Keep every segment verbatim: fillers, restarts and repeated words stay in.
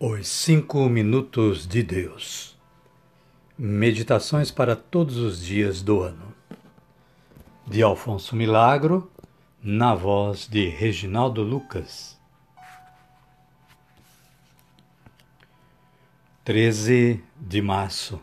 Os Cinco Minutos de Deus. Meditações para todos os dias do ano. De Alfonso Milagro, na voz de Reginaldo Lucas. treze de março.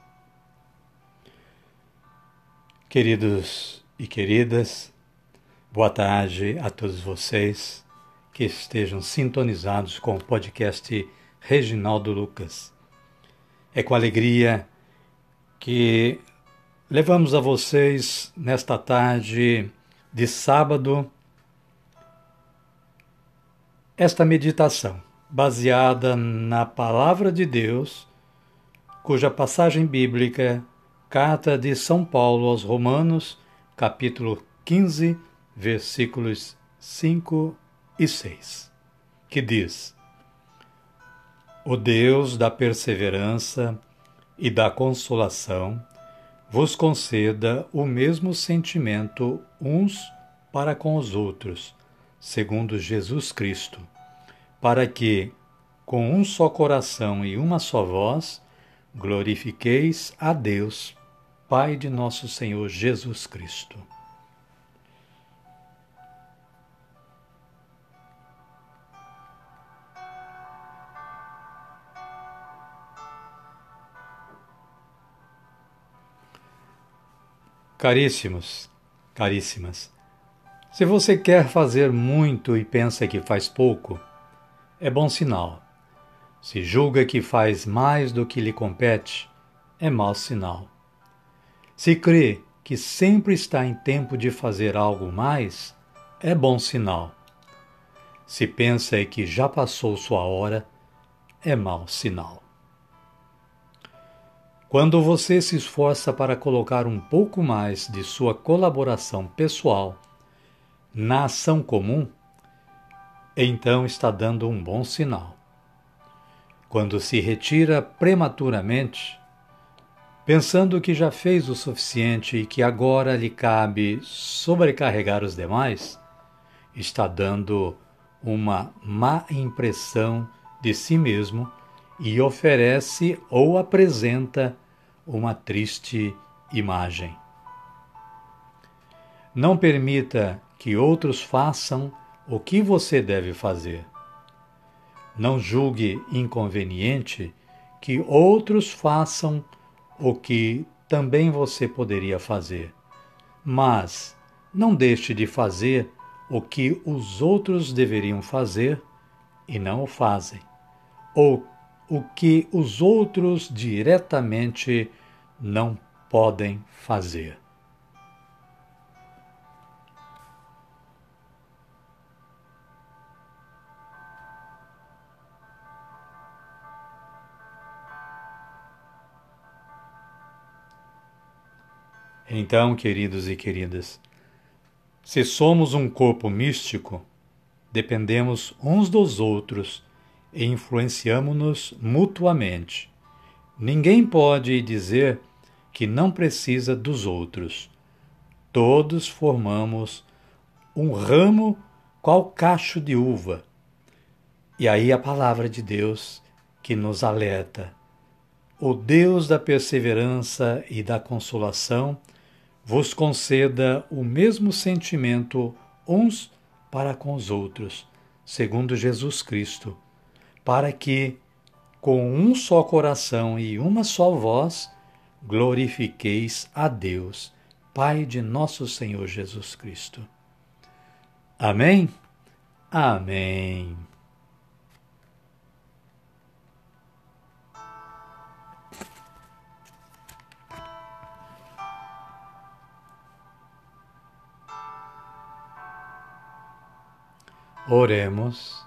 Queridos e queridas, boa tarde a todos vocês que estejam sintonizados com o podcast Reginaldo Lucas. É com alegria que levamos a vocês nesta tarde de sábado esta meditação baseada na Palavra de Deus, cuja passagem bíblica, Carta de São Paulo aos Romanos, capítulo quinze, versículos cinco e seis, que diz: O Deus da perseverança e da consolação vos conceda o mesmo sentimento uns para com os outros, segundo Jesus Cristo, para que, com um só coração e uma só voz, glorifiqueis a Deus, Pai de nosso Senhor Jesus Cristo. Caríssimos, caríssimas, se você quer fazer muito e pensa que faz pouco, é bom sinal. Se julga que faz mais do que lhe compete, é mau sinal. Se crê que sempre está em tempo de fazer algo mais, é bom sinal. Se pensa que já passou sua hora, é mau sinal. Quando você se esforça para colocar um pouco mais de sua colaboração pessoal na ação comum, então está dando um bom sinal. Quando se retira prematuramente, pensando que já fez o suficiente e que agora lhe cabe sobrecarregar os demais, está dando uma má impressão de si mesmo e oferece ou apresenta uma triste imagem. Não permita que outros façam o que você deve fazer. Não julgue inconveniente que outros façam o que também você poderia fazer, mas não deixe de fazer o que os outros deveriam fazer e não o fazem, ou o que os outros diretamente não podem fazer. Então, queridos e queridas, se somos um corpo místico, dependemos uns dos outros e influenciamo-nos mutuamente. Ninguém pode dizer que não precisa dos outros. Todos formamos um ramo qual cacho de uva. E aí a palavra de Deus que nos alerta: o Deus da perseverança e da consolação vos conceda o mesmo sentimento uns para com os outros, segundo Jesus Cristo, para que, com um só coração e uma só voz, glorifiqueis a Deus, Pai de nosso Senhor Jesus Cristo. Amém? Amém. Oremos.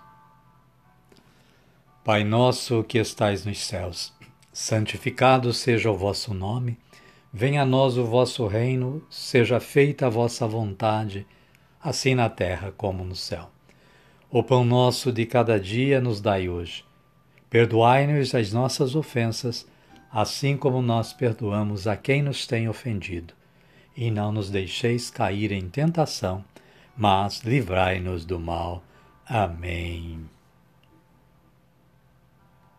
Pai nosso que estais nos céus, santificado seja o vosso nome, venha a nós o vosso reino, seja feita a vossa vontade, assim na terra como no céu. O pão nosso de cada dia nos dai hoje. Perdoai-nos as nossas ofensas, assim como nós perdoamos a quem nos tem ofendido. E não nos deixeis cair em tentação, mas livrai-nos do mal. Amém.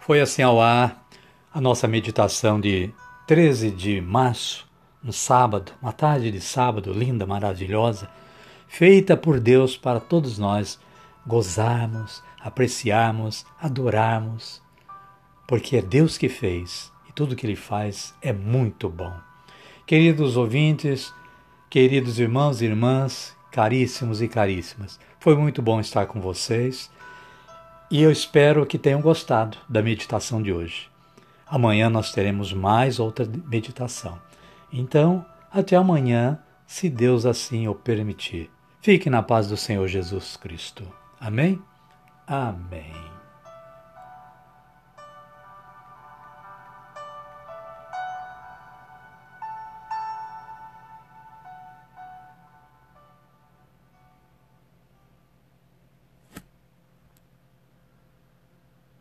Foi assim ao ar a nossa meditação de treze de março, um sábado, uma tarde de sábado linda, maravilhosa, feita por Deus para todos nós gozarmos, apreciarmos, adorarmos, porque é Deus que fez e tudo que Ele faz é muito bom. Queridos ouvintes, queridos irmãos e irmãs, caríssimos e caríssimas, foi muito bom estar com vocês e eu espero que tenham gostado da meditação de hoje. Amanhã nós teremos mais outra meditação. Então, até amanhã, se Deus assim o permitir. Fique na paz do Senhor Jesus Cristo. Amém? Amém.